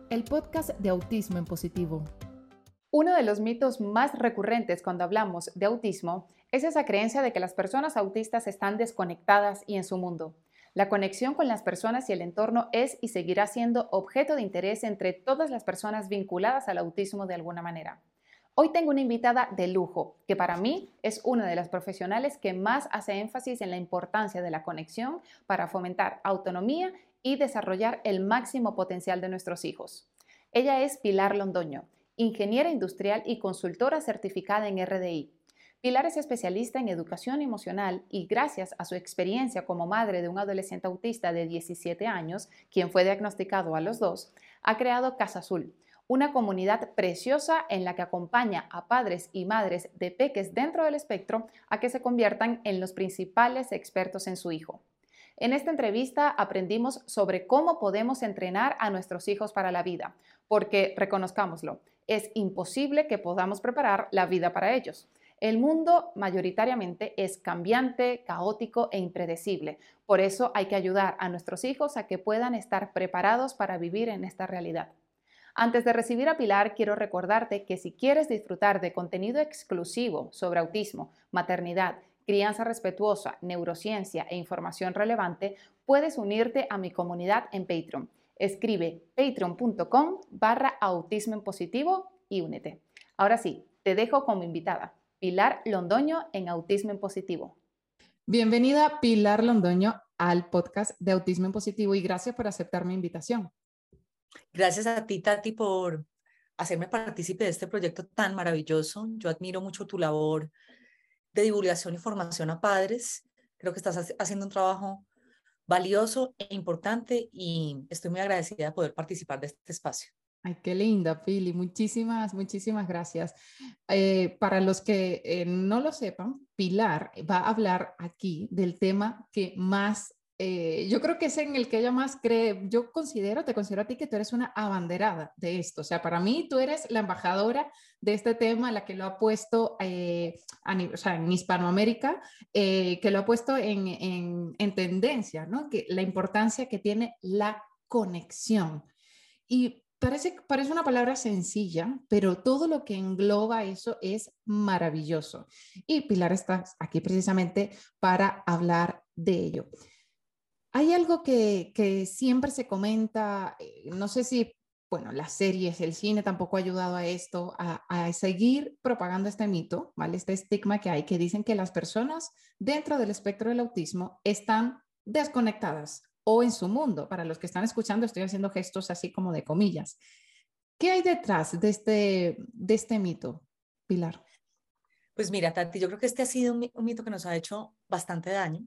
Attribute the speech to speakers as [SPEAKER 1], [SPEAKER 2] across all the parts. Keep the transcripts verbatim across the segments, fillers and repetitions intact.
[SPEAKER 1] el podcast de Autismo en Positivo.
[SPEAKER 2] Uno de los mitos más recurrentes cuando hablamos de autismo es esa creencia de que las personas autistas están desconectadas y en su mundo. La conexión con las personas y el entorno es y seguirá siendo objeto de interés entre todas las personas vinculadas al autismo de alguna manera. Hoy tengo una invitada de lujo, que para mí es una de las profesionales que más hace énfasis en la importancia de la conexión para fomentar autonomía y desarrollar el máximo potencial de nuestros hijos. Ella es Pilar Londoño, ingeniera industrial y consultora certificada en R D I. Pilar es especialista en educación emocional y gracias a su experiencia como madre de un adolescente autista de diecisiete años, quien fue diagnosticado a los dos, ha creado Casa Azul, una comunidad preciosa en la que acompaña a padres y madres de peques dentro del espectro a que se conviertan en los principales expertos en su hijo. En esta entrevista aprendimos sobre cómo podemos entrenar a nuestros hijos para la vida, porque, reconozcámoslo, es imposible que podamos preparar la vida para ellos. El mundo mayoritariamente es cambiante, caótico e impredecible. Por eso hay que ayudar a nuestros hijos a que puedan estar preparados para vivir en esta realidad. Antes de recibir a Pilar, quiero recordarte que si quieres disfrutar de contenido exclusivo sobre autismo, maternidad, crianza respetuosa, neurociencia e información relevante, puedes unirte a mi comunidad en Patreon. Escribe patreon.com barra autismo en positivo y únete. Ahora sí, te dejo como invitada, Pilar Londoño en Autismo en Positivo.
[SPEAKER 1] Bienvenida, Pilar Londoño, al podcast de Autismo en Positivo y gracias por aceptar mi invitación.
[SPEAKER 3] Gracias a ti, Tati, por hacerme partícipe de este proyecto tan maravilloso. Yo admiro mucho tu labor de divulgación y formación a padres. Creo que estás haciendo un trabajo valioso e importante y estoy muy agradecida de poder participar de este espacio.
[SPEAKER 1] Ay, qué linda, Pili. Muchísimas, muchísimas gracias. Eh, para los que eh, no lo sepan, Pilar va a hablar aquí del tema que más, eh, yo creo que es en el que ella más cree. Yo considero, te considero a ti que tú eres una abanderada de esto. O sea, para mí tú eres la embajadora de este tema, la que lo ha puesto eh, a, o sea, en Hispanoamérica, eh, que lo ha puesto en, en, en tendencia, ¿no? Que la importancia que tiene la conexión. Y parece, parece una palabra sencilla, pero todo lo que engloba eso es maravilloso. Y Pilar está aquí precisamente para hablar de ello. Hay algo que, que siempre se comenta, eh, no sé si, bueno, las series, el cine tampoco ha ayudado a esto, a, a seguir propagando este mito, ¿vale? Este estigma que hay, que dicen que las personas dentro del espectro del autismo están desconectadas o en su mundo. Para los que están escuchando, estoy haciendo gestos así como de comillas. ¿Qué hay detrás de este, de este mito, Pilar?
[SPEAKER 3] Pues mira, Tati, yo creo que este ha sido un, un mito que nos ha hecho bastante daño,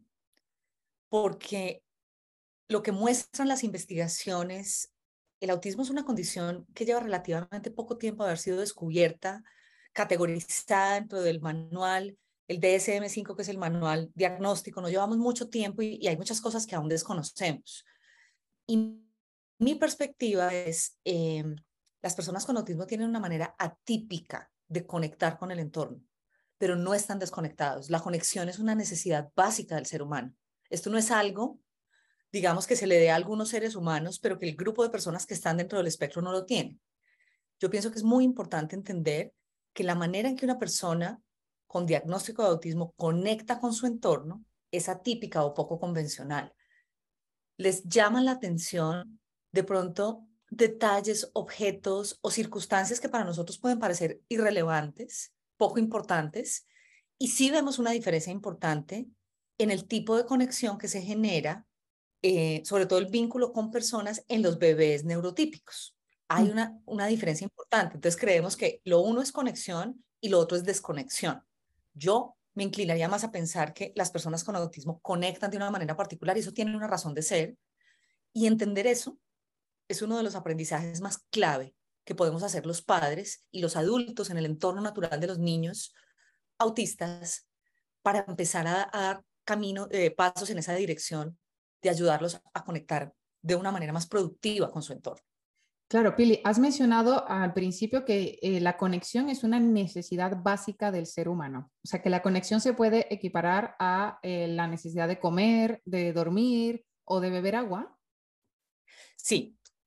[SPEAKER 3] porque lo que muestran las investigaciones, el autismo es una condición que lleva relativamente poco tiempo de haber sido descubierta, categorizada dentro del manual, el D S M cinco, que es el manual diagnóstico. Nos llevamos mucho tiempo y, y hay muchas cosas que aún desconocemos. Y mi perspectiva es, eh, las personas con autismo tienen una manera atípica de conectar con el entorno, pero no están desconectados. La conexión es una necesidad básica del ser humano. Esto no es algo, digamos, que se le dé a algunos seres humanos, pero que el grupo de personas que están dentro del espectro no lo tiene. Yo pienso que es muy importante entender que la manera en que una persona con diagnóstico de autismo conecta con su entorno es atípica o poco convencional. Les llaman la atención de pronto detalles, objetos o circunstancias que para nosotros pueden parecer irrelevantes, poco importantes, y sí vemos una diferencia importante en el tipo de conexión que se genera, eh, sobre todo el vínculo con personas en los bebés neurotípicos. Hay una, una diferencia importante. Entonces creemos que lo uno es conexión y lo otro es desconexión. Yo me inclinaría más a pensar que las personas con autismo conectan de una manera particular y eso tiene una razón de ser. Y entender eso es uno de los aprendizajes más clave que podemos hacer los padres y los adultos en el entorno natural de los niños autistas para empezar a, a dar camino, eh, pasos en esa dirección de ayudarlos a conectar de una manera más productiva con su entorno.
[SPEAKER 1] Claro, Pili, has mencionado al principio que eh, la conexión es una necesidad básica del ser humano. O sea, que la conexión se puede equiparar a eh, la necesidad de comer, de dormir o de beber agua.
[SPEAKER 3] Sí,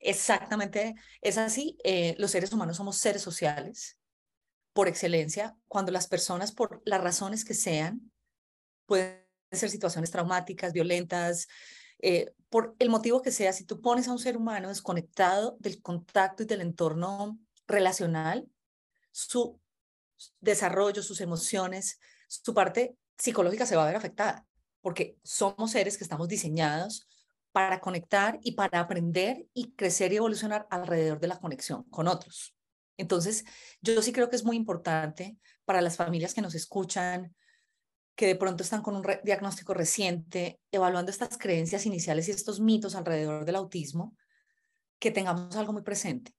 [SPEAKER 3] Exactamente, es así. Eh, los seres humanos somos seres sociales por excelencia. Cuando las personas, por las razones que sean, pueden ser situaciones traumáticas, violentas, eh, por el motivo que sea, si tú pones a un ser humano desconectado del contacto y del entorno relacional, su desarrollo, sus emociones, su parte psicológica se va a ver afectada, porque somos seres que estamos diseñados para conectar y para aprender y crecer y evolucionar alrededor de la conexión con otros. Entonces, yo sí creo que es muy importante para las familias que nos escuchan, que de pronto están con un re diagnóstico reciente, evaluando estas creencias iniciales y estos mitos alrededor del autismo, que tengamos algo muy presente.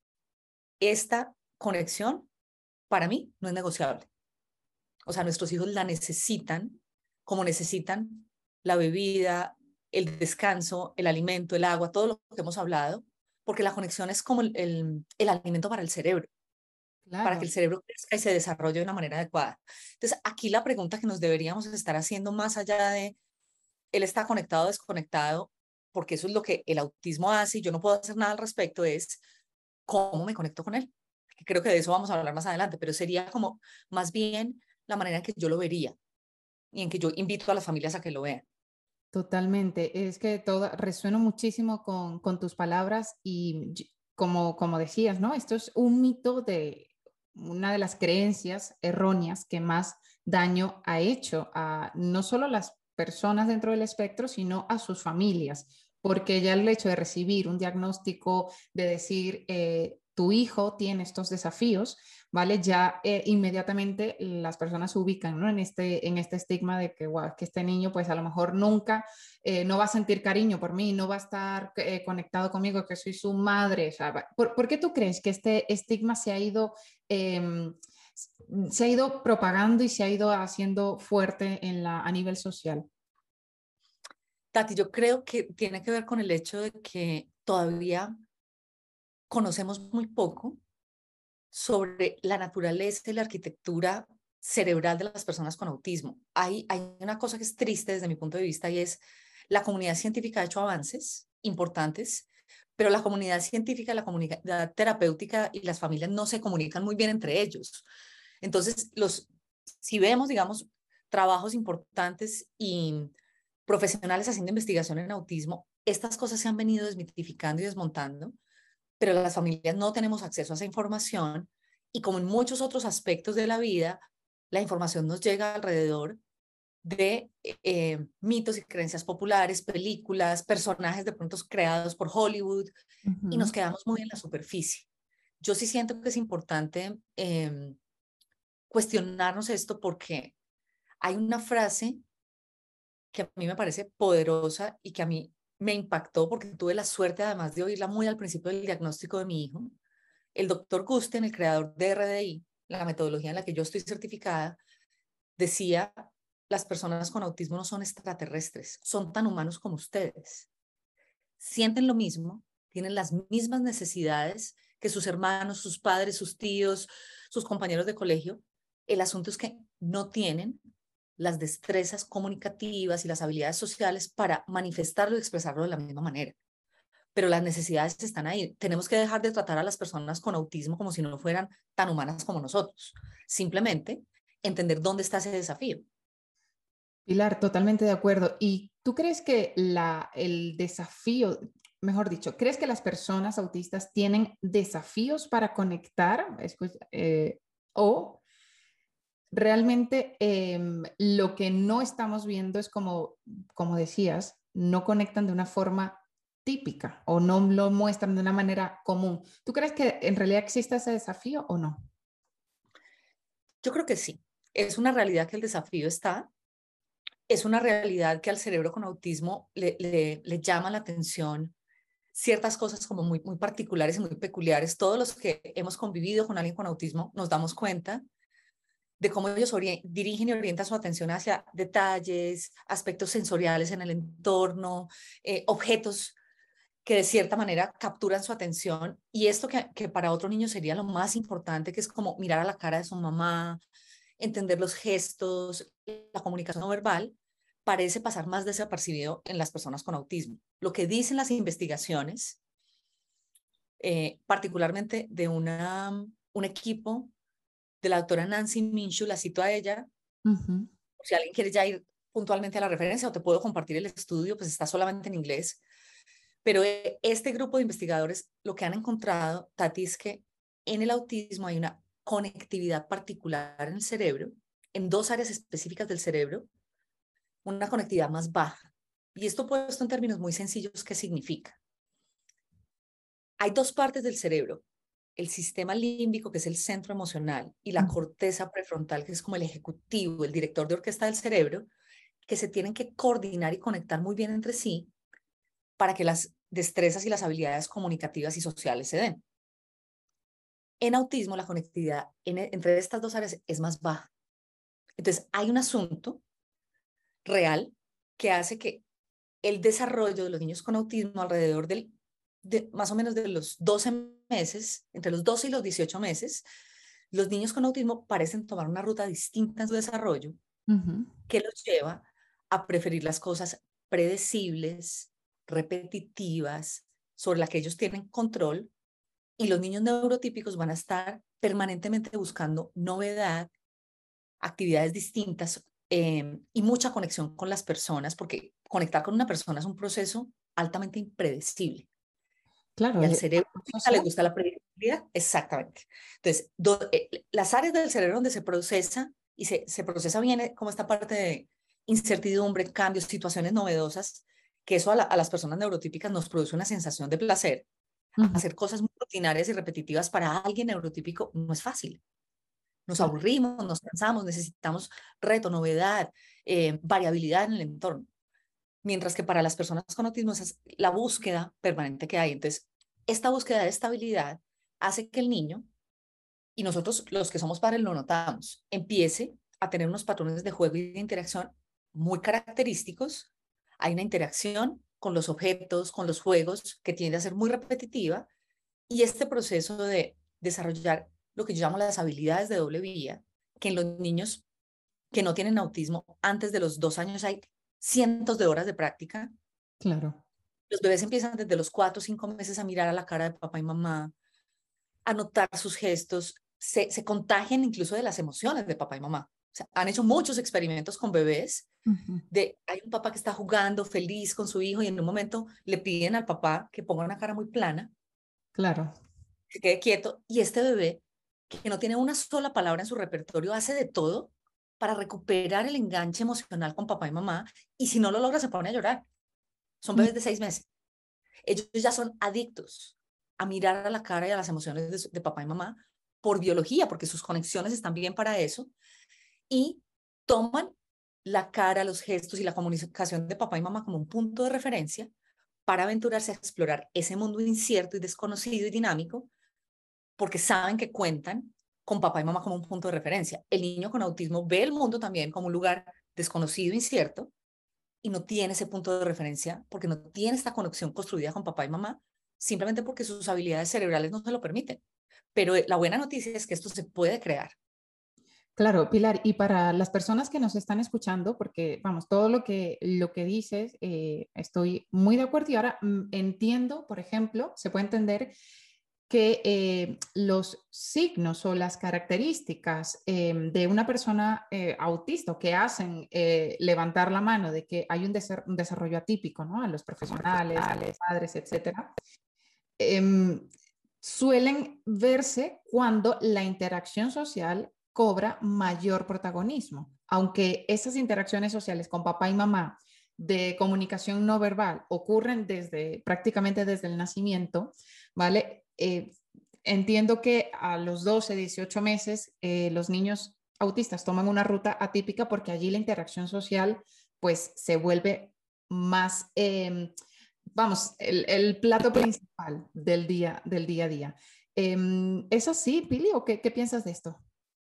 [SPEAKER 3] Esta conexión, para mí, no es negociable. O sea, nuestros hijos la necesitan como necesitan la bebida, el descanso, el alimento, el agua, todo lo que hemos hablado, porque la conexión es como el, el, el alimento para el cerebro, para que
[SPEAKER 1] Claro.
[SPEAKER 3] el cerebro crezca y se desarrolle de una manera adecuada. Entonces, aquí la pregunta que nos deberíamos estar haciendo más allá de él está conectado o desconectado, porque eso es lo que el autismo hace y yo no puedo hacer nada al respecto, es cómo me conecto con él. Creo que de eso vamos a hablar más adelante, pero sería como más bien la manera en que yo lo vería y en que yo invito a las familias a que lo vean.
[SPEAKER 1] Totalmente. Es que todo, resueno muchísimo con, con tus palabras y y- como, como decías, ¿no? Esto es un mito de una de las creencias erróneas que más daño ha hecho a no solo a las personas dentro del espectro, sino a sus familias, porque ya el hecho de recibir un diagnóstico, de decir, eh, tu hijo tiene estos desafíos, ¿vale? Ya eh, inmediatamente las personas se ubican, ¿no? En este, en este estigma de que, wow, que este niño pues a lo mejor nunca eh, no va a sentir cariño por mí, no va a estar eh, conectado conmigo, que soy su madre. O sea, ¿por, ¿por, qué tú crees que este estigma se ha ido... Eh, se ha ido propagando y se ha ido haciendo fuerte en la, a nivel social?
[SPEAKER 3] Tati, yo creo que tiene que ver con el hecho de que todavía conocemos muy poco sobre la naturaleza y la arquitectura cerebral de las personas con autismo. Hay, hay una cosa que es triste desde mi punto de vista y es la comunidad científica ha hecho avances importantes, pero la comunidad científica, la comunidad terapéutica y las familias no se comunican muy bien entre ellos. Entonces, los, si vemos, digamos, trabajos importantes y profesionales haciendo investigación en autismo, estas cosas se han venido desmitificando y desmontando, pero las familias no tenemos acceso a esa información y como en muchos otros aspectos de la vida, la información nos llega alrededor de eh, mitos y creencias populares, películas, personajes de pronto creados por Hollywood
[SPEAKER 1] Uh
[SPEAKER 3] y
[SPEAKER 1] -huh.
[SPEAKER 3] nos quedamos muy en la superficie. Yo sí siento que es importante eh, cuestionarnos esto porque hay una frase que a mí me parece poderosa y que a mí me impactó porque tuve la suerte además de oírla muy al principio del diagnóstico de mi hijo. El doctor Gusten, el creador de R D I, la metodología en la que yo estoy certificada, decía, las personas con autismo no son extraterrestres, son tan humanos como ustedes. Sienten lo mismo, tienen las mismas necesidades que sus hermanos, sus padres, sus tíos, sus compañeros de colegio. El asunto es que no tienen las destrezas comunicativas y las habilidades sociales para manifestarlo y expresarlo de la misma manera. Pero las necesidades están ahí. Tenemos que dejar de tratar a las personas con autismo como si no fueran tan humanas como nosotros. Simplemente entender dónde está ese desafío.
[SPEAKER 1] Pilar, totalmente de acuerdo. ¿Y tú crees que la, el desafío, mejor dicho, crees que las personas autistas tienen desafíos para conectar? Eh, o realmente eh, lo que no estamos viendo es como, como decías, no conectan de una forma típica o no lo muestran de una manera común. ¿Tú crees que en realidad existe ese desafío o no?
[SPEAKER 3] Yo creo que sí. Es una realidad que el desafío está. Es una realidad que al cerebro con autismo le, le, le llama la atención ciertas cosas como muy, muy particulares y muy peculiares. Todos los que hemos convivido con alguien con autismo nos damos cuenta de cómo ellos dirigen y orientan su atención hacia detalles, aspectos sensoriales en el entorno, eh, objetos que de cierta manera capturan su atención. Y esto que, que para otro niño sería lo más importante, que es como mirar a la cara de su mamá, entender los gestos, la comunicación no verbal, parece pasar más desapercibido en las personas con autismo. Lo que dicen las investigaciones eh, particularmente de una, un equipo de la doctora Nancy Minshew, la cito a ella,
[SPEAKER 1] Uh-huh.
[SPEAKER 3] si alguien quiere ya ir puntualmente a la referencia o te puedo compartir el estudio, pues está solamente en inglés, pero este grupo de investigadores lo que han encontrado, Tati, es que en el autismo hay una conectividad particular en el cerebro, en dos áreas específicas del cerebro, una conectividad más baja. Y esto puesto en términos muy sencillos, ¿qué significa? Hay dos partes del cerebro, el sistema límbico, que es el centro emocional, y la corteza prefrontal, que es como el ejecutivo, el director de orquesta del cerebro, que se tienen que coordinar y conectar muy bien entre sí para que las destrezas y las habilidades comunicativas y sociales se den. En autismo, la conectividad en, entre estas dos áreas es más baja. Entonces, hay un asunto real que hace que el desarrollo de los niños con autismo alrededor del, de, más o menos de los doce meses, entre los doce y los dieciocho meses, los niños con autismo parecen tomar una ruta distinta en su desarrollo uh-huh. que los lleva a preferir las cosas predecibles, repetitivas, sobre las que ellos tienen control, y los niños neurotípicos van a estar permanentemente buscando novedad, actividades distintas eh, y mucha conexión con las personas, porque conectar con una persona es un proceso altamente impredecible.
[SPEAKER 1] Claro.
[SPEAKER 3] Y al cerebro le gusta la predictibilidad. Exactamente. Entonces, do, eh, las áreas del cerebro donde se procesa, y se, se procesa bien como esta parte de incertidumbre, cambios, situaciones novedosas, que eso a, la, a las personas neurotípicas nos produce una sensación de placer. Uh-huh. Hacer cosas muy rutinarias y repetitivas para alguien neurotípico no es fácil. Nos aburrimos, nos cansamos, necesitamos reto, novedad, eh, variabilidad en el entorno. Mientras que para las personas con autismo es la búsqueda permanente que hay. Entonces, esta búsqueda de estabilidad hace que el niño, y nosotros los que somos padres lo notamos, empiece a tener unos patrones de juego y de interacción muy característicos. Hay una interacción con los objetos, con los juegos, que tiende a ser muy repetitiva, y este proceso de desarrollar lo que yo llamo las habilidades de doble vía, que en los niños que no tienen autismo antes de los dos años hay cientos de horas de práctica.
[SPEAKER 1] Claro.
[SPEAKER 3] Los bebés empiezan desde los cuatro o cinco meses a mirar a la cara de papá y mamá, a notar sus gestos, se, se contagian incluso de las emociones de papá y mamá. O sea, han hecho muchos experimentos con bebés uh-huh. de hay un papá que está jugando feliz con su hijo y en un momento le piden al papá que ponga una cara muy plana.
[SPEAKER 1] Claro.
[SPEAKER 3] Que quede quieto, y este bebé, que no tiene una sola palabra en su repertorio, hace de todo para recuperar el enganche emocional con papá y mamá, y si no lo logra se pone a llorar. Son bebés de seis meses. Ellos ya son adictos a mirar a la cara y a las emociones de, de papá y mamá por biología, porque sus conexiones están bien para eso, y toman la cara, los gestos y la comunicación de papá y mamá como un punto de referencia para aventurarse a explorar ese mundo incierto y desconocido y dinámico, porque saben que cuentan con papá y mamá como un punto de referencia. El niño con autismo ve el mundo también como un lugar desconocido, incierto, y no tiene ese punto de referencia porque no tiene esta conexión construida con papá y mamá, simplemente porque sus habilidades cerebrales no se lo permiten. Pero la buena noticia es que esto se puede crear.
[SPEAKER 1] Claro, Pilar, y para las personas que nos están escuchando, porque vamos, todo lo que, lo que dices, eh, estoy muy de acuerdo y ahora mm, entiendo, por ejemplo, se puede entender que eh, los signos o las características eh, de una persona eh, autista o que hacen eh, levantar la mano de que hay un, des un desarrollo atípico, ¿no? A los profesionales, a los padres, etcétera, eh, suelen verse cuando la interacción social cobra mayor protagonismo, aunque esas interacciones sociales con papá y mamá de comunicación no verbal ocurren desde prácticamente desde el nacimiento, ¿vale? Eh, entiendo que a los doce, dieciocho meses eh, los niños autistas toman una ruta atípica porque allí la interacción social pues se vuelve más, eh, vamos, el, el, plato principal del día, del día a día. Eh, ¿Es así, Pili, o qué, qué piensas de esto?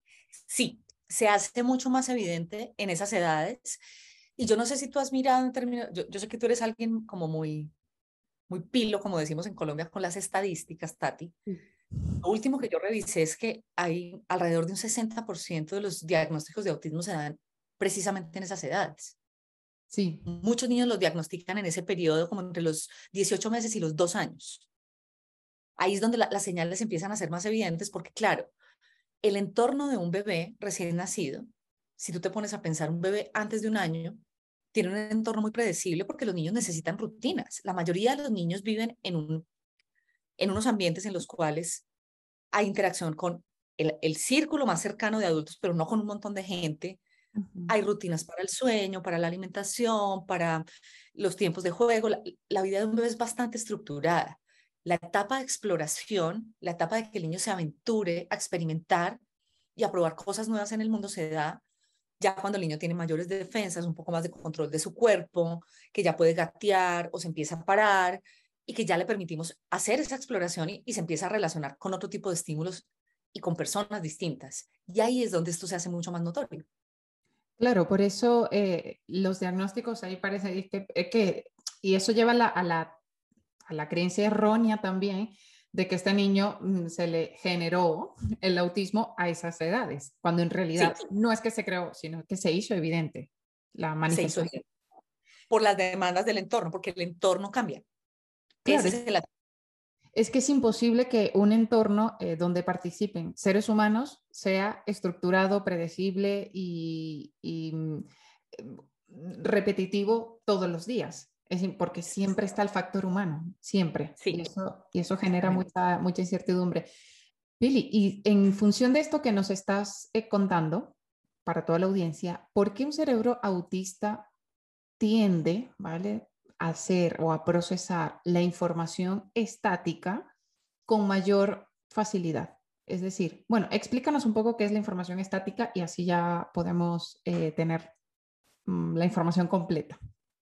[SPEAKER 3] Sí, se hace mucho más evidente en esas edades. Y yo no sé si tú has mirado en términos, yo, yo sé que tú eres alguien como muy, muy pilo, como decimos en Colombia, con las estadísticas, Tati. Lo último que yo revisé es que hay alrededor de un sesenta por ciento de los diagnósticos de autismo se dan precisamente en esas edades.
[SPEAKER 1] Sí.
[SPEAKER 3] Muchos niños los diagnostican en ese periodo como entre los dieciocho meses y los dos años. Ahí es donde la, las señales empiezan a ser más evidentes porque, claro, el entorno de un bebé recién nacido, si tú te pones a pensar un bebé antes de un año, tiene un entorno muy predecible porque los niños necesitan rutinas. La mayoría de los niños viven en, un, en unos ambientes en los cuales hay interacción con el, el círculo más cercano de adultos, pero no con un montón de gente.
[SPEAKER 1] Ujú.
[SPEAKER 3] Hay rutinas para el sueño, para la alimentación, para los tiempos de juego. La, la vida de un bebé es bastante estructurada. La etapa de exploración, la etapa de que el niño se aventure a experimentar y a probar cosas nuevas en el mundo se da ya cuando el niño tiene mayores defensas, un poco más de control de su cuerpo, que ya puede gatear o se empieza a parar y que ya le permitimos hacer esa exploración y, y se empieza a relacionar con otro tipo de estímulos y con personas distintas. Y ahí es donde esto se hace mucho más notorio.
[SPEAKER 1] Claro, por eso eh, los diagnósticos ahí parece que, eh, que y eso lleva a la, a la, a la creencia errónea también de que este niño mm, se le generó el autismo a esas edades, cuando en
[SPEAKER 3] Sí,
[SPEAKER 1] realidad no es que se creó, sino que se hizo evidente la
[SPEAKER 3] se hizo
[SPEAKER 1] manifestación.
[SPEAKER 3] por las demandas del entorno, porque el entorno cambia.
[SPEAKER 1] Claro,
[SPEAKER 3] Ese
[SPEAKER 1] es,
[SPEAKER 3] es el...
[SPEAKER 1] es que es imposible que un entorno eh, donde participen seres humanos sea estructurado, predecible y, y mm, repetitivo todos los días. Es porque siempre está el factor humano, siempre.
[SPEAKER 3] Sí,
[SPEAKER 1] Y eso, y eso genera
[SPEAKER 3] exactamente.
[SPEAKER 1] mucha, mucha incertidumbre. Billy, y en función de esto que nos estás eh, contando para toda la audiencia, ¿por qué un cerebro autista tiende, ¿vale?, a hacer o a procesar la información estática con mayor facilidad? Es decir, bueno, explícanos un poco qué es la información estática y así ya podemos eh, tener mm, la información completa.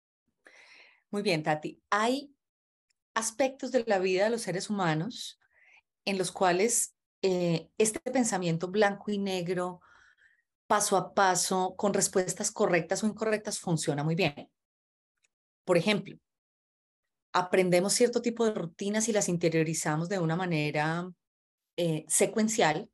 [SPEAKER 3] Muy bien, Tati. Hay aspectos de la vida de los seres humanos en los cuales eh, este pensamiento blanco y negro, paso a paso, con respuestas correctas o incorrectas, funciona muy bien. Por ejemplo, aprendemos cierto tipo de rutinas y las interiorizamos de una manera eh, secuencial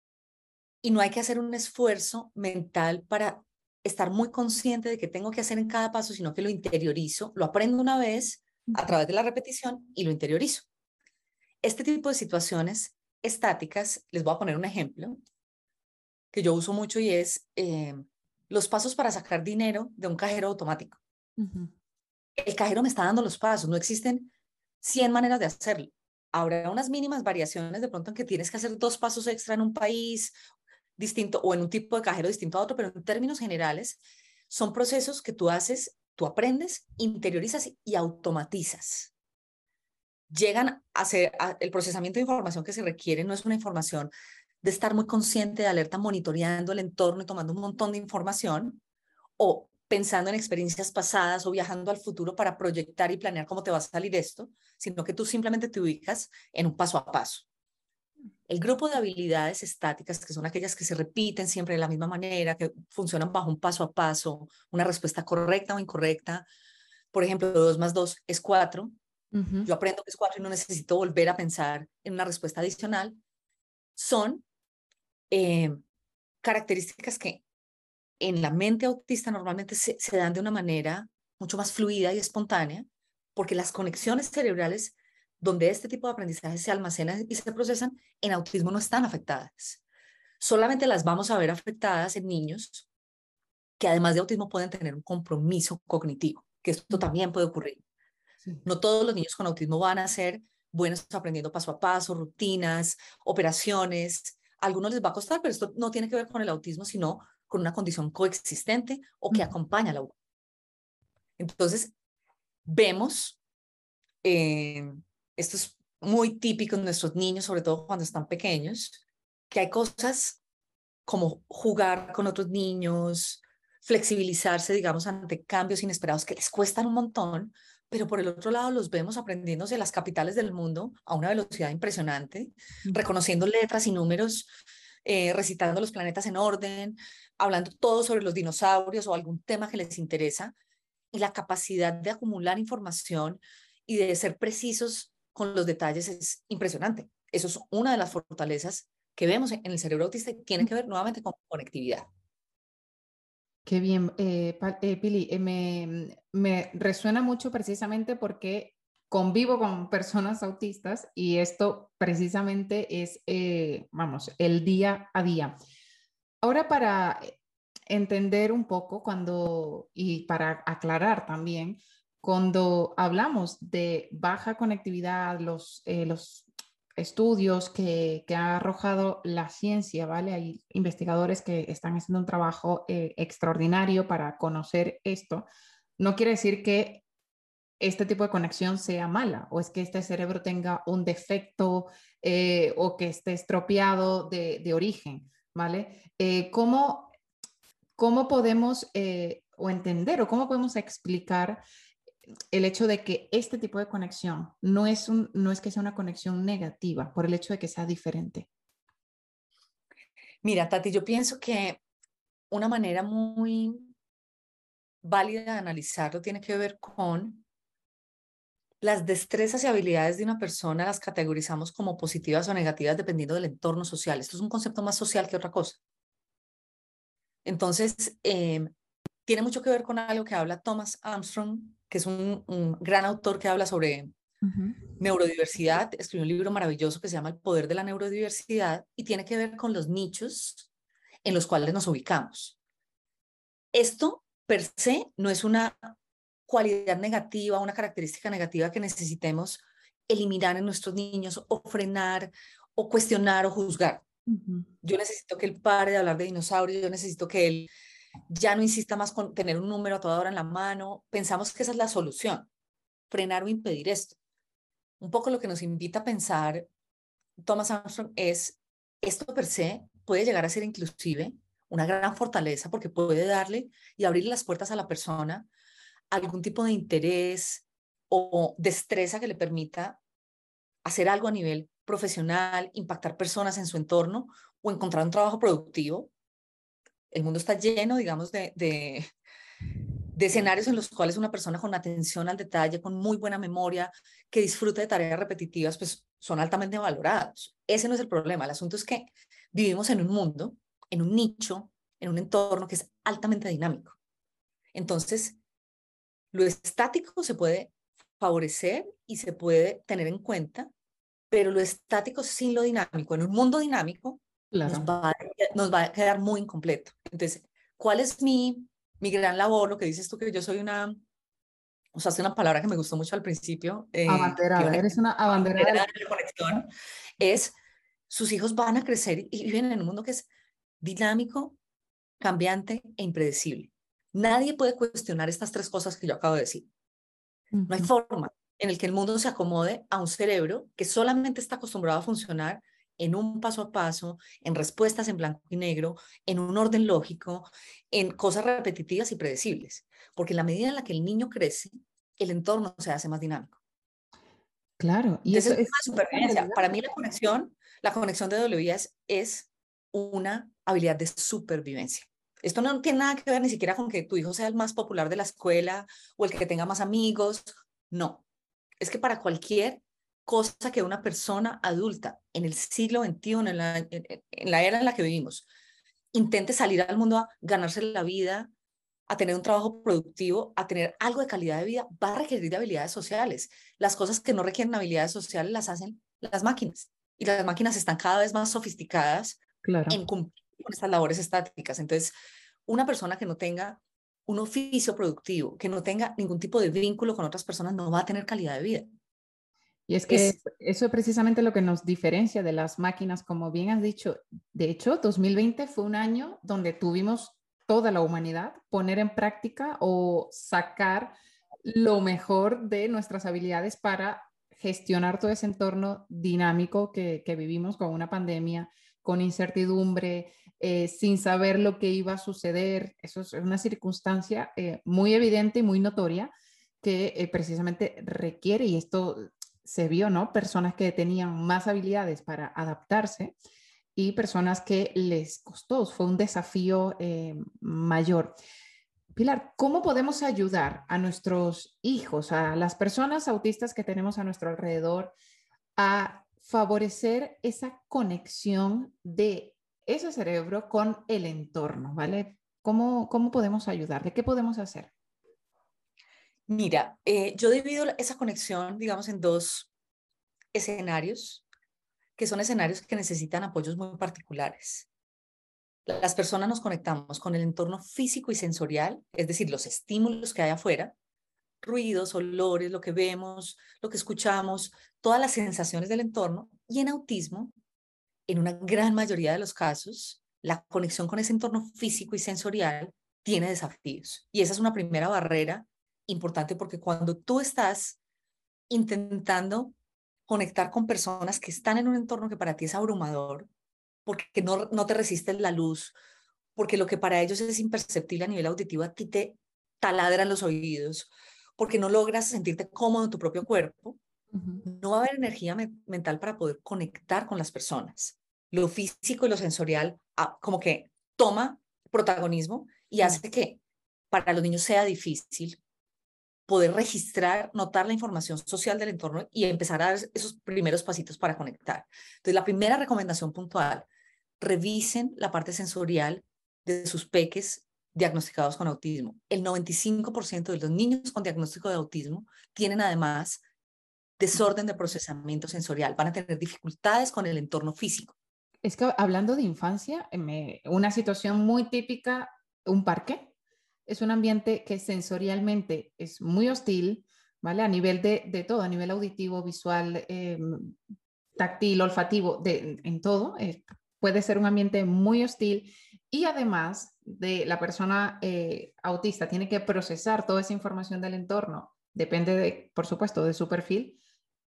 [SPEAKER 3] y no hay que hacer un esfuerzo mental para estar muy consciente de qué tengo que hacer en cada paso, sino que lo interiorizo, lo aprendo una vez a través de la repetición y lo interiorizo. Este tipo de situaciones estáticas, les voy a poner un ejemplo que yo uso mucho y es eh, los pasos para sacar dinero de un cajero automático.
[SPEAKER 1] Uh-huh.
[SPEAKER 3] El cajero me está dando los pasos, no existen cien maneras de hacerlo. Habrá unas mínimas variaciones de pronto en que tienes que hacer dos pasos extra en un país distinto o en un tipo de cajero distinto a otro, pero en términos generales son procesos que tú haces, tú aprendes, interiorizas y automatizas. Llegan a ser, a, el procesamiento de información que se requiere no es una información de estar muy consciente de alerta, monitoreando el entorno y tomando un montón de información, o pensando en experiencias pasadas o viajando al futuro para proyectar y planear cómo te va a salir esto, sino que tú simplemente te ubicas en un paso a paso. El grupo de habilidades estáticas, que son aquellas que se repiten siempre de la misma manera, que funcionan bajo un paso a paso, una respuesta correcta o incorrecta. Por ejemplo, dos más dos es cuatro.
[SPEAKER 1] Uh-huh.
[SPEAKER 3] Yo aprendo que es cuatro y no necesito volver a pensar en una respuesta adicional. Son eh, características que en la mente autista normalmente se, se dan de una manera mucho más fluida y espontánea, porque las conexiones cerebrales donde este tipo de aprendizaje se almacenan y se procesan, en autismo no están afectadas. Solamente las vamos a ver afectadas en niños que además de autismo pueden tener un compromiso cognitivo, que esto también puede ocurrir.
[SPEAKER 1] Sí.
[SPEAKER 3] No todos los niños con autismo van a ser buenos aprendiendo paso a paso, rutinas, operaciones. A algunos les va a costar, pero esto no tiene que ver con el autismo, sino con una condición coexistente o que
[SPEAKER 1] Uh-huh.
[SPEAKER 3] acompaña a la. Entonces, vemos, eh, esto es muy típico en nuestros niños, sobre todo cuando están pequeños, que hay cosas como jugar con otros niños, flexibilizarse, digamos, ante cambios inesperados que les cuestan un montón, pero por el otro lado los vemos aprendiéndose las capitales del mundo a una velocidad impresionante,
[SPEAKER 1] Uh-huh.
[SPEAKER 3] reconociendo letras y números, eh, recitando los planetas en orden, hablando todo sobre los dinosaurios o algún tema que les interesa, y la capacidad de acumular información y de ser precisos con los detalles es impresionante. Eso es una de las fortalezas que vemos en el cerebro autista y tiene que ver nuevamente con conectividad.
[SPEAKER 1] Qué bien, eh, pa- eh, Pili, eh, me, me resuena mucho precisamente porque convivo con personas autistas y esto precisamente es, eh, vamos, el día a día. Ahora para entender un poco cuando, y para aclarar también, cuando hablamos de baja conectividad, los, eh, los estudios que, que ha arrojado la ciencia, ¿vale? Hay investigadores que están haciendo un trabajo eh, extraordinario para conocer esto. No quiere decir que este tipo de conexión sea mala o es que este cerebro tenga un defecto eh, o que esté estropeado de, de origen, ¿vale? Eh, ¿cómo, cómo podemos eh, o entender o cómo podemos explicar el hecho de que este tipo de conexión no es, un, no es que sea una conexión negativa por el hecho de que sea diferente?
[SPEAKER 3] Mira, Tati, yo pienso que una manera muy válida de analizarlo tiene que ver con las destrezas y habilidades de una persona, las categorizamos como positivas o negativas dependiendo del entorno social. Esto es un concepto más social que otra cosa. Entonces, eh, tiene mucho que ver con algo que habla Thomas Armstrong, que es un, un gran autor que habla sobre
[SPEAKER 1] Uh-huh.
[SPEAKER 3] neurodiversidad. Escribió un libro maravilloso que se llama El poder de la neurodiversidad y tiene que ver con los nichos en los cuales nos ubicamos. Esto per se no es una cualidad negativa, una característica negativa que necesitemos eliminar en nuestros niños o frenar o cuestionar o juzgar.
[SPEAKER 1] Uh-huh.
[SPEAKER 3] Yo necesito que él pare de hablar de dinosaurios, yo necesito que él ya no insista más con tener un número a toda hora en la mano. Pensamos que esa es la solución, frenar o impedir esto. Un poco lo que nos invita a pensar Thomas Armstrong es, esto per se puede llegar a ser inclusive una gran fortaleza porque puede darle y abrirle las puertas a la persona algún tipo de interés o destreza que le permita hacer algo a nivel profesional, impactar personas en su entorno o encontrar un trabajo productivo. El mundo está lleno, digamos, de, de, de escenarios en los cuales una persona con atención al detalle, con muy buena memoria, que disfruta de tareas repetitivas, pues son altamente valorados. Ese no es el problema. El asunto es que vivimos en un mundo, en un nicho, en un entorno que es altamente dinámico. Entonces, lo estático se puede favorecer y se puede tener en cuenta, pero lo estático sin lo dinámico, en un mundo dinámico, nos
[SPEAKER 1] Claro.
[SPEAKER 3] va, a, nos va a quedar muy incompleto. Entonces, ¿cuál es mi, mi gran labor? Lo que dices tú, que yo soy una, usaste una palabra que me gustó mucho al principio, eh,
[SPEAKER 1] Abanderada,
[SPEAKER 3] pionera,
[SPEAKER 1] eres una abanderada de la...
[SPEAKER 3] de la conexión, es sus hijos van a crecer y viven en un mundo que es dinámico, cambiante e impredecible. Nadie puede cuestionar estas tres cosas que yo acabo de decir. No hay
[SPEAKER 1] Uh-huh.
[SPEAKER 3] forma en el que el mundo se acomode a un cerebro que solamente está acostumbrado a funcionar en un paso a paso, en respuestas en blanco y negro, en un orden lógico, en cosas repetitivas y predecibles. Porque en la medida en la que el niño crece, el entorno se hace más dinámico.
[SPEAKER 1] Claro, y eso
[SPEAKER 3] Entonces, es
[SPEAKER 1] es
[SPEAKER 3] una
[SPEAKER 1] una
[SPEAKER 3] supervivencia.
[SPEAKER 1] realidad.
[SPEAKER 3] Para mí la conexión, la conexión de W I A es, es una habilidad de supervivencia. Esto no tiene nada que ver ni siquiera con que tu hijo sea el más popular de la escuela o el que tenga más amigos. No, es que para cualquier cosa que una persona adulta en el siglo veintiuno, en la, en, en la era en la que vivimos, intente salir al mundo a ganarse la vida, a tener un trabajo productivo, a tener algo de calidad de vida, va a requerir de habilidades sociales. Las cosas que no requieren habilidades sociales las hacen las máquinas. Y las máquinas están cada vez más sofisticadas
[SPEAKER 1] Claro.
[SPEAKER 3] en cumplir con estas labores estáticas. Entonces, una persona que no tenga un oficio productivo, que no tenga ningún tipo de vínculo con otras personas, no va a tener calidad de vida.
[SPEAKER 1] Y es que
[SPEAKER 3] Es,
[SPEAKER 1] eso es precisamente lo que nos diferencia de las máquinas, como bien has dicho. De hecho, dos mil veinte fue un año donde tuvimos toda la humanidad poner en práctica o sacar lo mejor de nuestras habilidades para gestionar todo ese entorno dinámico que, que vivimos con una pandemia, con incertidumbre, eh, sin saber lo que iba a suceder. Eso es una circunstancia eh, muy evidente y muy notoria que eh, precisamente requiere, y esto se vio, ¿no? Personas que tenían más habilidades para adaptarse y personas que les costó, fue un desafío eh, mayor. Pilar, ¿cómo podemos ayudar a nuestros hijos, a las personas autistas que tenemos a nuestro alrededor, a favorecer esa conexión de ese cerebro con el entorno, ¿vale? ¿Cómo, cómo podemos ayudarle? ¿Qué podemos hacer?
[SPEAKER 3] Mira, eh, yo divido esa conexión, digamos, en dos escenarios, que son escenarios que necesitan apoyos muy particulares. Las personas nos conectamos con el entorno físico y sensorial, es decir, los estímulos que hay afuera, ruidos, olores, lo que vemos, lo que escuchamos, todas las sensaciones del entorno. Y en autismo, en una gran mayoría de los casos, la conexión con ese entorno físico y sensorial tiene desafíos. Y esa es una primera barrera importante, porque cuando tú estás intentando conectar con personas que están en un entorno que para ti es abrumador, porque no, no te resistes la luz, porque lo que para ellos es imperceptible a nivel auditivo, a ti te taladran los oídos, porque no logras sentirte cómodo en tu propio cuerpo,
[SPEAKER 1] Ujú.
[SPEAKER 3] no va a haber energía me mental para poder conectar con las personas. Lo físico y lo sensorial ah, como que toma protagonismo y
[SPEAKER 1] Sí.
[SPEAKER 3] hace que para los niños sea difícil poder registrar, notar la información social del entorno y empezar a dar esos primeros pasitos para conectar. Entonces, la primera recomendación puntual: revisen la parte sensorial de sus peques diagnosticados con autismo. El noventa y cinco por ciento de los niños con diagnóstico de autismo tienen además desorden de procesamiento sensorial, van a tener dificultades con el entorno físico.
[SPEAKER 1] Es que hablando de infancia, me- una situación muy típica, un parque, es un ambiente que sensorialmente es muy hostil, ¿vale? A nivel de, de todo, a nivel auditivo, visual, eh, táctil, olfativo, de, en todo. Eh, puede ser un ambiente muy hostil y además de la persona eh, autista tiene que procesar toda esa información del entorno, depende de, por supuesto, de su perfil.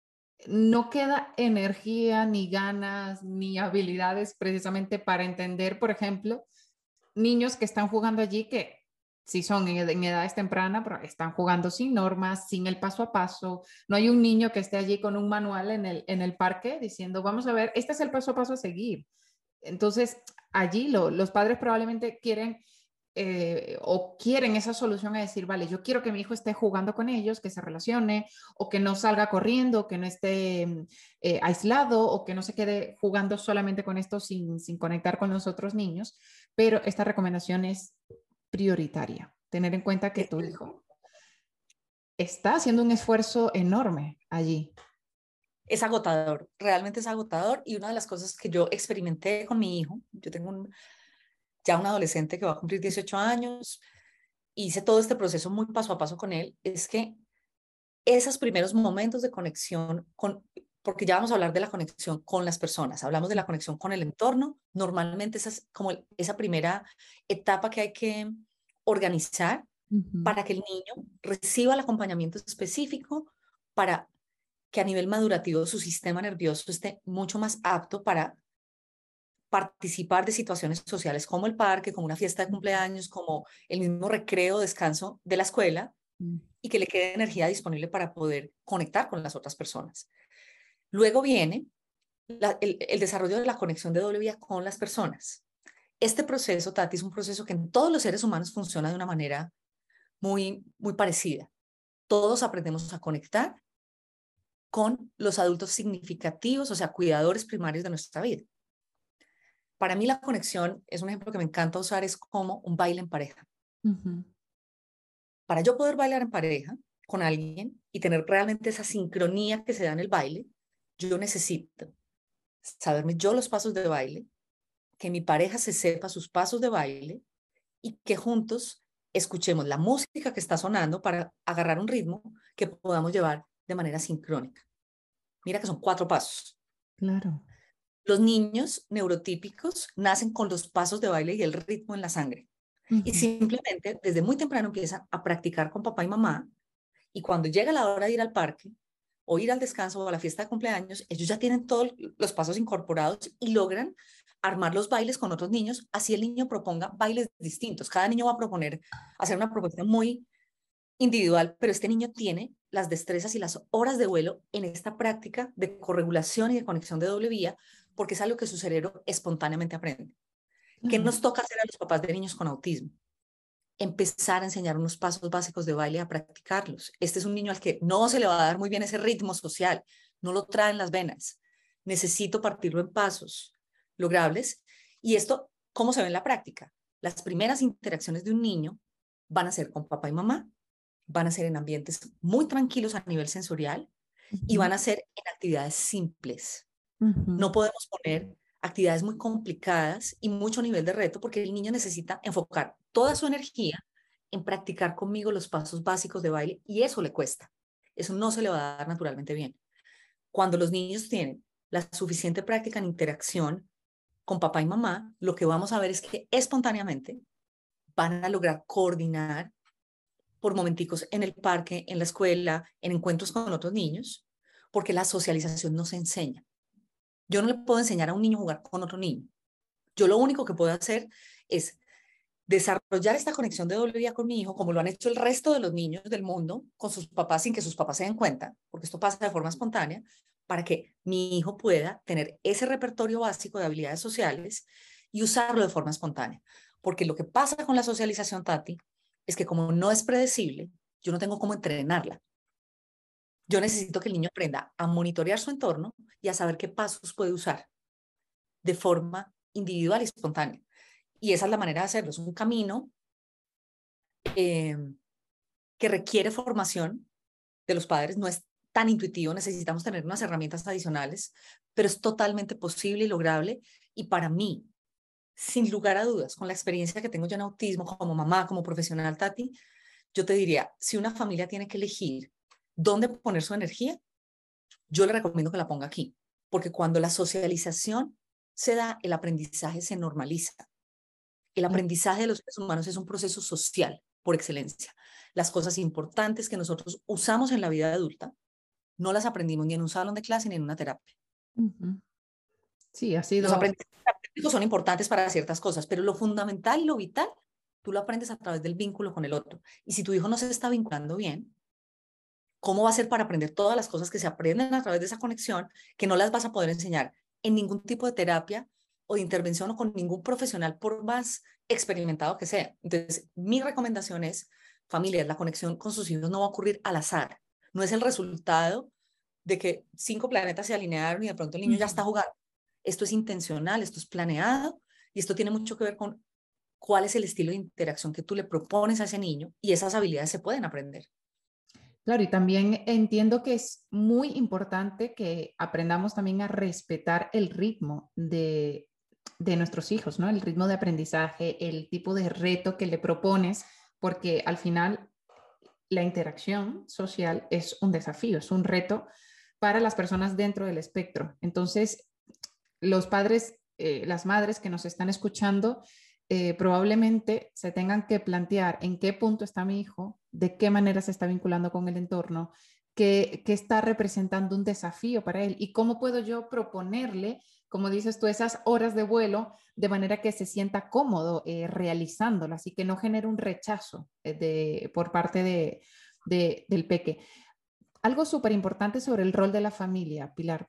[SPEAKER 1] No queda energía, ni ganas, ni habilidades precisamente para entender, por ejemplo, niños que están jugando allí que si son en, en edades tempranas, pero están jugando sin normas, sin el paso a paso. No hay un niño que esté allí con un manual en el, en el parque diciendo, vamos a ver, este es el paso a paso a seguir. Entonces, allí lo, los padres probablemente quieren eh, o quieren esa solución a decir, vale, yo quiero que mi hijo esté jugando con ellos, que se relacione, o que no salga corriendo, que no esté eh, aislado, o que no se quede jugando solamente con esto sin, sin conectar con los otros niños. Pero esta recomendación es prioritaria. Tener en cuenta que
[SPEAKER 3] Es,
[SPEAKER 1] tu hijo está haciendo un esfuerzo enorme allí.
[SPEAKER 3] es agotador, realmente es agotador. Y una de las cosas que yo experimenté con mi hijo, yo tengo un, ya un adolescente que va a cumplir dieciocho años, hice todo este proceso muy paso a paso con él, es que esos primeros momentos de conexión con, porque ya vamos a hablar de la conexión con las personas, hablamos de la conexión con el entorno, normalmente esa es como esa primera etapa que hay que organizar
[SPEAKER 1] Uh -huh.
[SPEAKER 3] para que el niño reciba el acompañamiento específico, para que a nivel madurativo su sistema nervioso esté mucho más apto para participar de situaciones sociales como el parque, como una fiesta de cumpleaños, como el mismo recreo, descanso de la escuela, y que le quede energía disponible para poder conectar con las otras personas. Luego viene la, el, el desarrollo de la conexión de doble vía con las personas. Este proceso, Tati, es un proceso que en todos los seres humanos funciona de una manera muy, muy parecida. Todos aprendemos a conectar con los adultos significativos, o sea, cuidadores primarios de nuestra vida. Para mí la conexión, es un ejemplo que me encanta usar, es como un baile en pareja.
[SPEAKER 1] Uh -huh.
[SPEAKER 3] Para yo poder bailar en pareja con alguien y tener realmente esa sincronía que se da en el baile, yo necesito saberme yo los pasos de baile, que mi pareja se sepa sus pasos de baile y que juntos escuchemos la música que está sonando para agarrar un ritmo que podamos llevar de manera sincrónica. Mira que son cuatro pasos.
[SPEAKER 1] Claro.
[SPEAKER 3] Los niños neurotípicos nacen con los pasos de baile y el ritmo en la sangre.
[SPEAKER 1] Uh
[SPEAKER 3] Y
[SPEAKER 1] -huh.
[SPEAKER 3] simplemente desde muy temprano empiezan a practicar con papá y mamá, y cuando llega la hora de ir al parque o ir al descanso o a la fiesta de cumpleaños, ellos ya tienen todos los pasos incorporados y logran armar los bailes con otros niños, así el niño proponga bailes distintos. Cada niño va a proponer, hacer una propuesta muy individual, pero este niño tiene las destrezas y las horas de vuelo en esta práctica de corregulación y de conexión de doble vía, porque es algo que su cerebro espontáneamente aprende. ¿Qué
[SPEAKER 1] Claro.
[SPEAKER 3] nos toca hacer a los papás de niños con autismo? Empezar a enseñar unos pasos básicos de baile, a practicarlos. Este es un niño al que no se le va a dar muy bien ese ritmo social, no lo traen las venas. Necesito partirlo en pasos logrables. Y esto, ¿cómo se ve en la práctica? Las primeras interacciones de un niño van a ser con papá y mamá. van a ser en ambientes muy tranquilos a nivel sensorial y
[SPEAKER 1] Ujú,
[SPEAKER 3] van a ser en actividades simples.
[SPEAKER 1] ujú.
[SPEAKER 3] No podemos poner actividades muy complicadas y mucho nivel de reto porque el niño necesita enfocar toda su energía en practicar conmigo los pasos básicos de baile y eso le cuesta. Eso no se le va a dar naturalmente bien. Cuando los niños tienen la suficiente práctica en interacción con papá y mamá, lo que vamos a ver es que espontáneamente van a lograr coordinar por momenticos en el parque, en la escuela, en encuentros con otros niños, porque la socialización no se enseña. Yo no le puedo enseñar a un niño a jugar con otro niño. Yo lo único que puedo hacer es desarrollar esta conexión de doble vía con mi hijo, como lo han hecho el resto de los niños del mundo, con sus papás sin que sus papás se den cuenta, porque esto pasa de forma espontánea, para que mi hijo pueda tener ese repertorio básico de habilidades sociales y usarlo de forma espontánea. Porque lo que pasa con la socialización, Tati, es que como no es predecible, yo no tengo cómo entrenarla. Yo necesito que el niño aprenda a monitorear su entorno y a saber qué pasos puede usar de forma individual y espontánea. Y esa es la manera de hacerlo. Es un camino eh, que requiere formación de los padres. No es tan intuitivo, necesitamos tener unas herramientas adicionales, pero es totalmente posible y lograble. Y para mí, sin lugar a dudas, con la experiencia que tengo yo en autismo como mamá, como profesional, Tati, yo te diría, si una familia tiene que elegir dónde poner su energía, yo le recomiendo que la ponga aquí, porque cuando la socialización se da, el aprendizaje se normaliza. El aprendizaje de los seres humanos es un proceso social por excelencia. Las cosas importantes que nosotros usamos en la vida adulta no las aprendimos ni en un salón de clase ni en una terapia.
[SPEAKER 1] Ujú. Sí, ha
[SPEAKER 3] Los
[SPEAKER 1] sido,
[SPEAKER 3] aprendizajes prácticos son importantes para ciertas cosas, pero lo fundamental y lo vital, tú lo aprendes a través del vínculo con el otro. Y si tu hijo no se está vinculando bien, ¿cómo va a ser para aprender todas las cosas que se aprenden a través de esa conexión que no las vas a poder enseñar en ningún tipo de terapia o de intervención o con ningún profesional, por más experimentado que sea? Entonces, mi recomendación es, familias, la conexión con sus hijos no va a ocurrir al azar. No es el resultado de que cinco planetas se alinearon y de pronto el niño ya
[SPEAKER 1] ujú.
[SPEAKER 3] está jugando. Esto es intencional, esto es planeado y esto tiene mucho que ver con cuál es el estilo de interacción que tú le propones a ese niño y esas habilidades se pueden aprender.
[SPEAKER 1] Claro, y también entiendo que es muy importante que aprendamos también a respetar el ritmo de, de nuestros hijos, ¿no? El ritmo de aprendizaje, el tipo de reto que le propones, porque al final la interacción social es un desafío, es un reto para las personas dentro del espectro. Entonces, los padres, eh, las madres que nos están escuchando, eh, probablemente se tengan que plantear en qué punto está mi hijo, de qué manera se está vinculando con el entorno, qué, qué está representando un desafío para él y cómo puedo yo proponerle, como dices tú, esas horas de vuelo de manera que se sienta cómodo eh, realizándolas y que no genere un rechazo eh, de, por parte de, de, del peque. Algo súper importante sobre el rol de la familia, Pilar.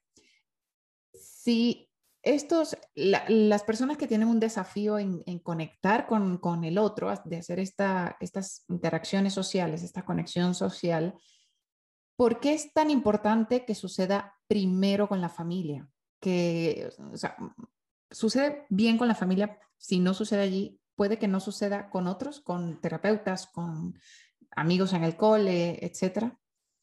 [SPEAKER 1] Si estos, la, las personas que tienen un desafío en, en conectar con, con, el otro, de hacer esta, estas interacciones sociales, esta conexión social, ¿por qué es tan importante que suceda primero con la familia? Que, o sea, sucede bien con la familia, si no sucede allí, puede que no suceda con otros, con terapeutas, con amigos en el cole, etcétera.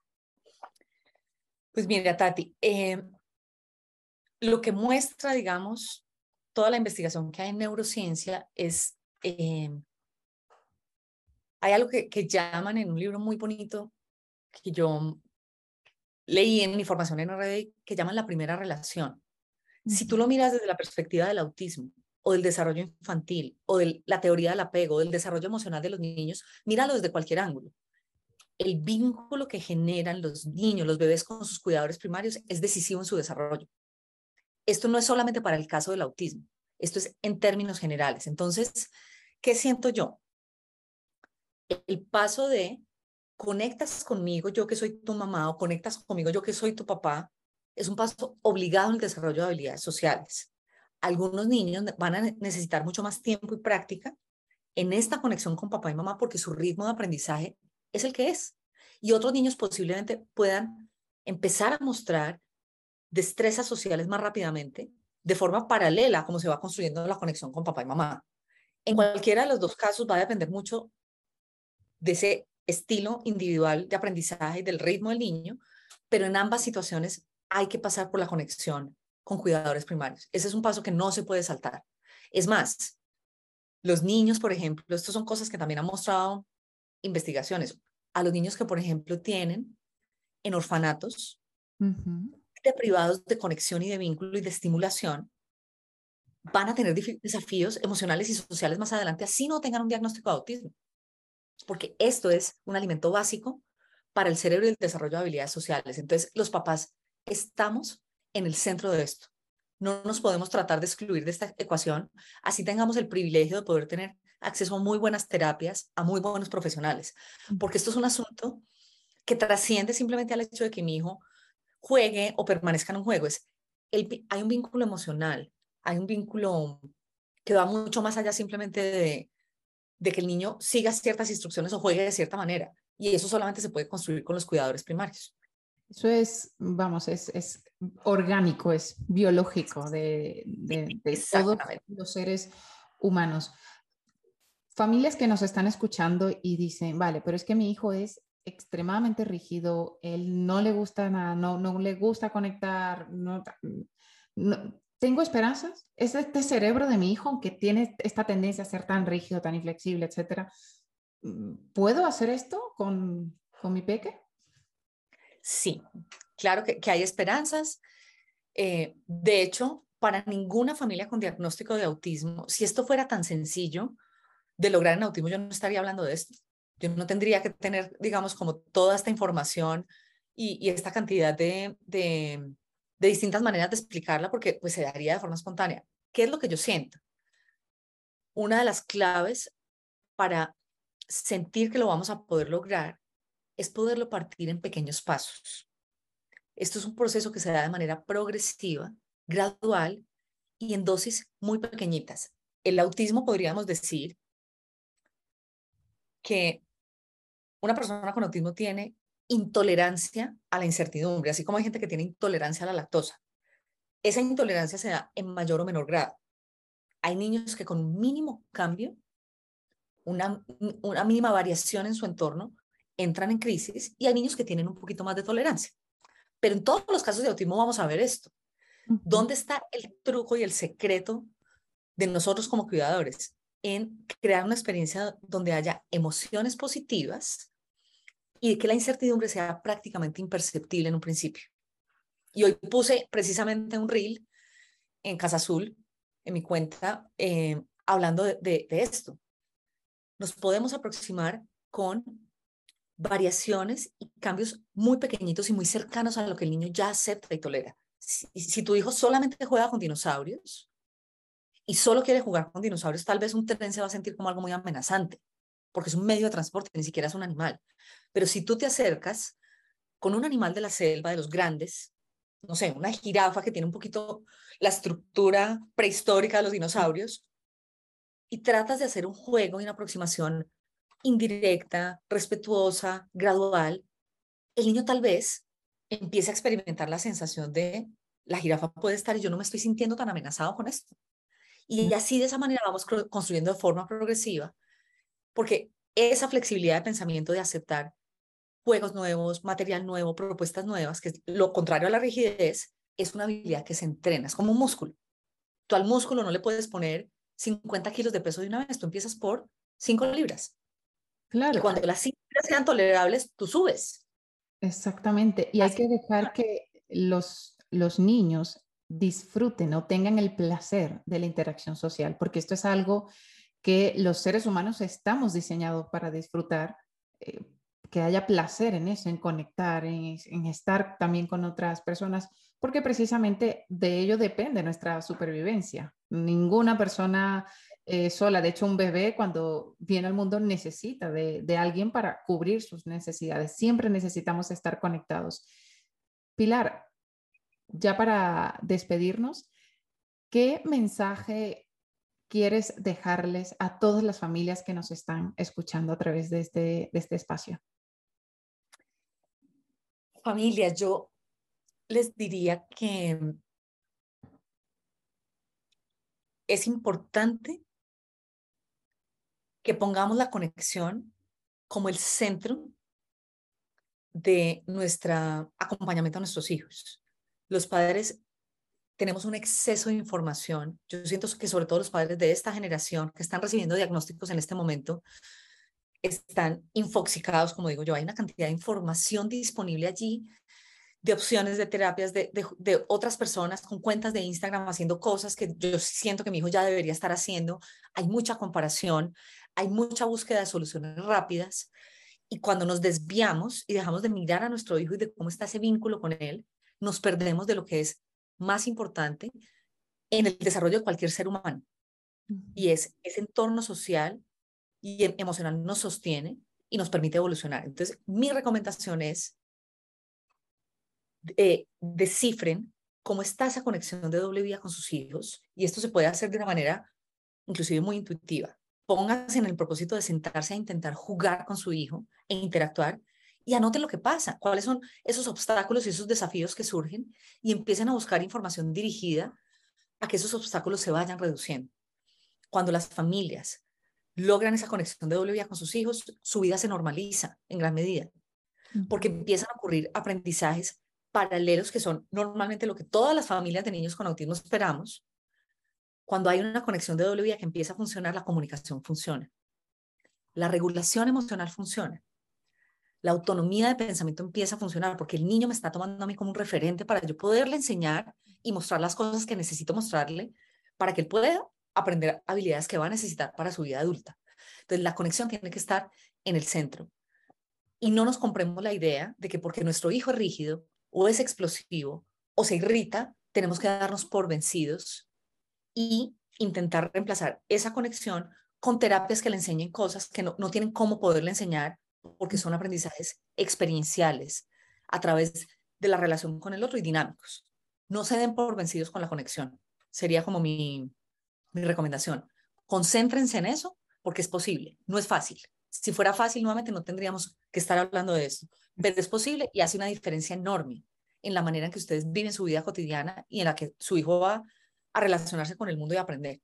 [SPEAKER 3] Pues mira, Tati, eh, lo que muestra, digamos, toda la investigación que hay en neurociencia es, eh, hay algo que, que llaman en un libro muy bonito que yo leí en mi formación en R D, que llaman la primera relación. Si tú
[SPEAKER 1] Ujú.
[SPEAKER 3] lo miras desde la perspectiva del autismo o del desarrollo infantil o de la teoría del apego, del desarrollo emocional de los niños, míralo desde cualquier ángulo. El vínculo que generan los niños, los bebés con sus cuidadores primarios es decisivo en su desarrollo. Esto no es solamente para el caso del autismo, esto es en términos generales. Entonces, ¿qué siento yo? El paso de conectas conmigo, yo que soy tu mamá, o conectas conmigo, yo que soy tu papá, es un paso obligado en el desarrollo de habilidades sociales. Algunos niños van a necesitar mucho más tiempo y práctica en esta conexión con papá y mamá porque su ritmo de aprendizaje es el que es. Y otros niños posiblemente puedan empezar a mostrar destrezas sociales más rápidamente, de forma paralela a cómo se va construyendo la conexión con papá y mamá. En cualquiera de los dos casos va a depender mucho de ese estilo individual de aprendizaje y del ritmo del niño, pero en ambas situaciones hay que pasar por la conexión con cuidadores primarios. Ese es un paso que no se puede saltar. Es más, los niños, por ejemplo, estas son cosas que también han mostrado investigaciones, a los niños que, por ejemplo, tienen en orfanatos,
[SPEAKER 1] Ujú.
[SPEAKER 3] de privados de conexión y de vínculo y de estimulación, van a tener desafíos emocionales y sociales más adelante, así no tengan un diagnóstico de autismo, porque esto es un alimento básico para el cerebro y el desarrollo de habilidades sociales. Entonces, los papás estamos en el centro de esto. No nos podemos tratar de excluir de esta ecuación, así tengamos el privilegio de poder tener acceso a muy buenas terapias, a muy buenos profesionales, porque esto es un asunto que trasciende simplemente al hecho de que mi hijo juegue o permanezca en un juego. Es el, hay un vínculo emocional, hay un vínculo que va mucho más allá simplemente de, de que el niño siga ciertas instrucciones o juegue de cierta manera. Y eso solamente se puede construir con los cuidadores primarios.
[SPEAKER 1] Eso es, vamos, es, es orgánico, es biológico de, de, de todos
[SPEAKER 3] Exactamente.
[SPEAKER 1] los seres humanos. Familias que nos están escuchando y dicen, vale, pero es que mi hijo es extremadamente rígido, él no le gusta nada, no, no le gusta conectar, no, no- ¿tengo esperanzas? ¿Es este cerebro de mi hijo, aunque tiene esta tendencia a ser tan rígido, tan inflexible, etcétera? ¿Puedo hacer esto con, con mi peque?
[SPEAKER 3] Sí, claro que, que hay esperanzas. Eh, de hecho, para ninguna familia con diagnóstico de autismo, si esto fuera tan sencillo de lograr en autismo, yo no estaría hablando de esto. Yo no tendría que tener, digamos, como toda esta información y, y esta cantidad de, de, de distintas maneras de explicarla, porque pues se daría de forma espontánea. ¿Qué es lo que yo siento? Una de las claves para sentir que lo vamos a poder lograr es poderlo partir en pequeños pasos. Esto es un proceso que se da de manera progresiva, gradual y en dosis muy pequeñitas. El autismo podríamos decir que una persona con autismo tiene intolerancia a la incertidumbre, así como hay gente que tiene intolerancia a la lactosa. Esa intolerancia se da en mayor o menor grado. Hay niños que con un mínimo cambio, una, una mínima variación en su entorno, entran en crisis y hay niños que tienen un poquito más de tolerancia. Pero en todos los casos de autismo vamos a ver esto.
[SPEAKER 1] Ujú.
[SPEAKER 3] ¿Dónde está el truco y el secreto de nosotros como cuidadores? En crear una experiencia donde haya emociones positivas y que la incertidumbre sea prácticamente imperceptible en un principio. Y hoy puse precisamente un reel en Casa Azul, en mi cuenta, eh, hablando de, de, de esto. Nos podemos aproximar con variaciones y cambios muy pequeñitos y muy cercanos a lo que el niño ya acepta y tolera. Si, si tu hijo solamente juega con dinosaurios y solo quiere jugar con dinosaurios, tal vez un tren se va a sentir como algo muy amenazante, porque es un medio de transporte, ni siquiera es un animal. Pero si tú te acercas con un animal de la selva, de los grandes, no sé, una jirafa que tiene un poquito la estructura prehistórica de los dinosaurios, y tratas de hacer un juego y una aproximación indirecta, respetuosa, gradual, el niño tal vez empiece a experimentar la sensación de la jirafa puede estar y yo no me estoy sintiendo tan amenazado con esto. Y así de esa manera vamos construyendo de forma progresiva, porque esa flexibilidad de pensamiento de aceptar juegos nuevos, material nuevo, propuestas nuevas, que es lo contrario a la rigidez, es una habilidad que se entrena, es como un músculo. Tú al músculo no le puedes poner cincuenta kilos de peso de una vez, tú empiezas por cinco libras. Y
[SPEAKER 1] Claro,
[SPEAKER 3] cuando las cinco libras sean tolerables, tú subes.
[SPEAKER 1] exactamente. Y hay
[SPEAKER 3] Así
[SPEAKER 1] que dejar que los, los niños disfruten o tengan el placer de la interacción social, porque esto es algo que los seres humanos estamos diseñados para disfrutar, eh, que haya placer en eso, en conectar, en, en estar también con otras personas, porque precisamente de ello depende nuestra supervivencia. Ninguna persona eh, sola, de hecho un bebé cuando viene al mundo necesita de, de alguien para cubrir sus necesidades. Siempre necesitamos estar conectados. Pilar, ya para despedirnos, ¿qué mensaje quieres dejarles a todas las familias que nos están escuchando a través de este, de este espacio?
[SPEAKER 3] familia, yo les diría que es importante que pongamos la conexión como el centro de nuestro acompañamiento a nuestros hijos. Los padres tenemos un exceso de información. Yo siento que sobre todo los padres de esta generación que están recibiendo diagnósticos en este momento están infoxicados, como digo yo. Hay una cantidad de información disponible allí, de opciones de terapias de, de, de otras personas con cuentas de Instagram haciendo cosas que yo siento que mi hijo ya debería estar haciendo. Hay mucha comparación, hay mucha búsqueda de soluciones rápidas. Y cuando nos desviamos y dejamos de mirar a nuestro hijo y de cómo está ese vínculo con él, nos perdemos de lo que es más importante en el desarrollo de cualquier ser humano. Y es ese entorno social y emocional nos sostiene y nos permite evolucionar. Entonces, mi recomendación es eh, descifren cómo está esa conexión de doble vía con sus hijos, y esto se puede hacer de una manera inclusive muy intuitiva. Pónganse en el propósito de sentarse a intentar jugar con su hijo e interactuar y anoten lo que pasa, cuáles son esos obstáculos y esos desafíos que surgen, y empiecen a buscar información dirigida a que esos obstáculos se vayan reduciendo. Cuando las familias logran esa conexión de doble vía con sus hijos, su vida se normaliza en gran medida, porque empiezan a ocurrir aprendizajes paralelos que son normalmente lo que todas las familias de niños con autismo esperamos. Cuando hay una conexión de doble vía que empieza a funcionar, la comunicación funciona, la regulación emocional funciona, la autonomía de pensamiento empieza a funcionar, porque el niño me está tomando a mí como un referente para yo poderle enseñar y mostrar las cosas que necesito mostrarle para que él pueda aprender habilidades que va a necesitar para su vida adulta. Entonces, la conexión tiene que estar en el centro. Y no nos compremos la idea de que porque nuestro hijo es rígido o es explosivo o se irrita, tenemos que darnos por vencidos y intentar reemplazar esa conexión con terapias que le enseñen cosas que no, no tienen cómo poderle enseñar, porque son aprendizajes experienciales a través de la relación con el otro y dinámicos. No se den por vencidos con la conexión. Sería como mi, mi recomendación. Concéntrense en eso, porque es posible. No es fácil. Si fuera fácil, nuevamente no tendríamos que estar hablando de esto, pero es posible y hace una diferencia enorme en la manera en que ustedes viven su vida cotidiana y en la que su hijo va a relacionarse con el mundo y a aprender.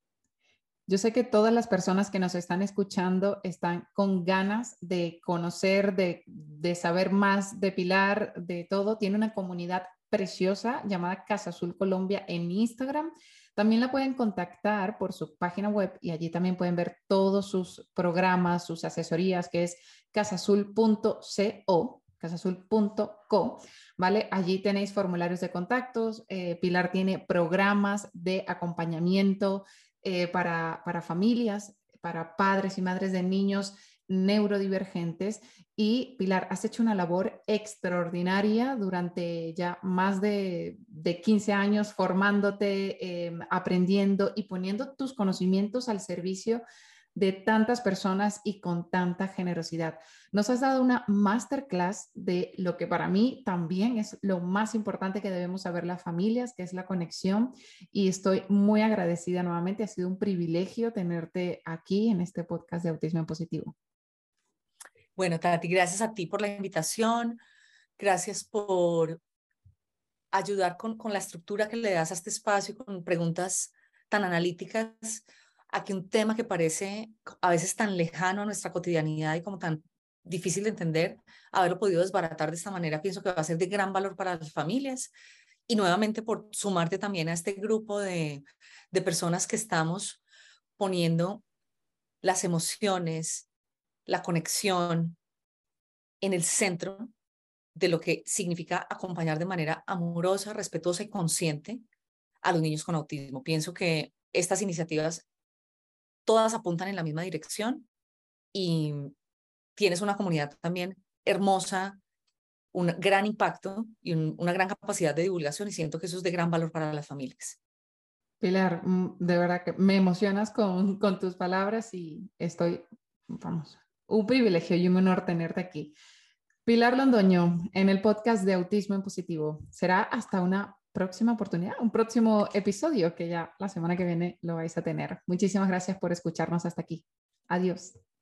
[SPEAKER 1] Yo sé que todas las personas que nos están escuchando están con ganas de conocer, de, de saber más de Pilar, de todo. Tiene una comunidad preciosa llamada Casa Azul Colombia en Instagram. También la pueden contactar por su página web y allí también pueden ver todos sus programas, sus asesorías, que es casazul punto co, casazul punto co, ¿vale? Allí tenéis formularios de contactos. Eh, Pilar tiene programas de acompañamiento eh, para, para familias, para padres y madres de niños neurodivergentes. Y Pilar, has hecho una labor extraordinaria durante ya más de, de quince años formándote, eh, aprendiendo y poniendo tus conocimientos al servicio de tantas personas y con tanta generosidad. Nos has dado una masterclass de lo que para mí también es lo más importante que debemos saber las familias, que es la conexión, y estoy muy agradecida nuevamente. Ha sido un privilegio tenerte aquí en este podcast de Autismo en Positivo.
[SPEAKER 3] Bueno, Tati, gracias a ti por la invitación, gracias por ayudar con, con la estructura que le das a este espacio, con preguntas tan analíticas, a que un tema que parece a veces tan lejano a nuestra cotidianidad y como tan difícil de entender, haberlo podido desbaratar de esta manera, pienso que va a ser de gran valor para las familias. Y nuevamente por sumarte también a este grupo de, de personas que estamos poniendo las emociones, la conexión en el centro de lo que significa acompañar de manera amorosa, respetuosa y consciente a los niños con autismo. Pienso que estas iniciativas todas apuntan en la misma dirección y tienes una comunidad también hermosa, un gran impacto y un, una gran capacidad de divulgación, y siento que eso es de gran valor para las familias.
[SPEAKER 1] Pilar, de verdad que me emocionas con, con tus palabras y estoy, vamos, un privilegio y un honor tenerte aquí. Pilar Londoño, en el podcast de Autismo en Positivo. Será hasta una próxima oportunidad, un próximo episodio que ya la semana que viene lo vais a tener. Muchísimas gracias por escucharnos hasta aquí. Adiós.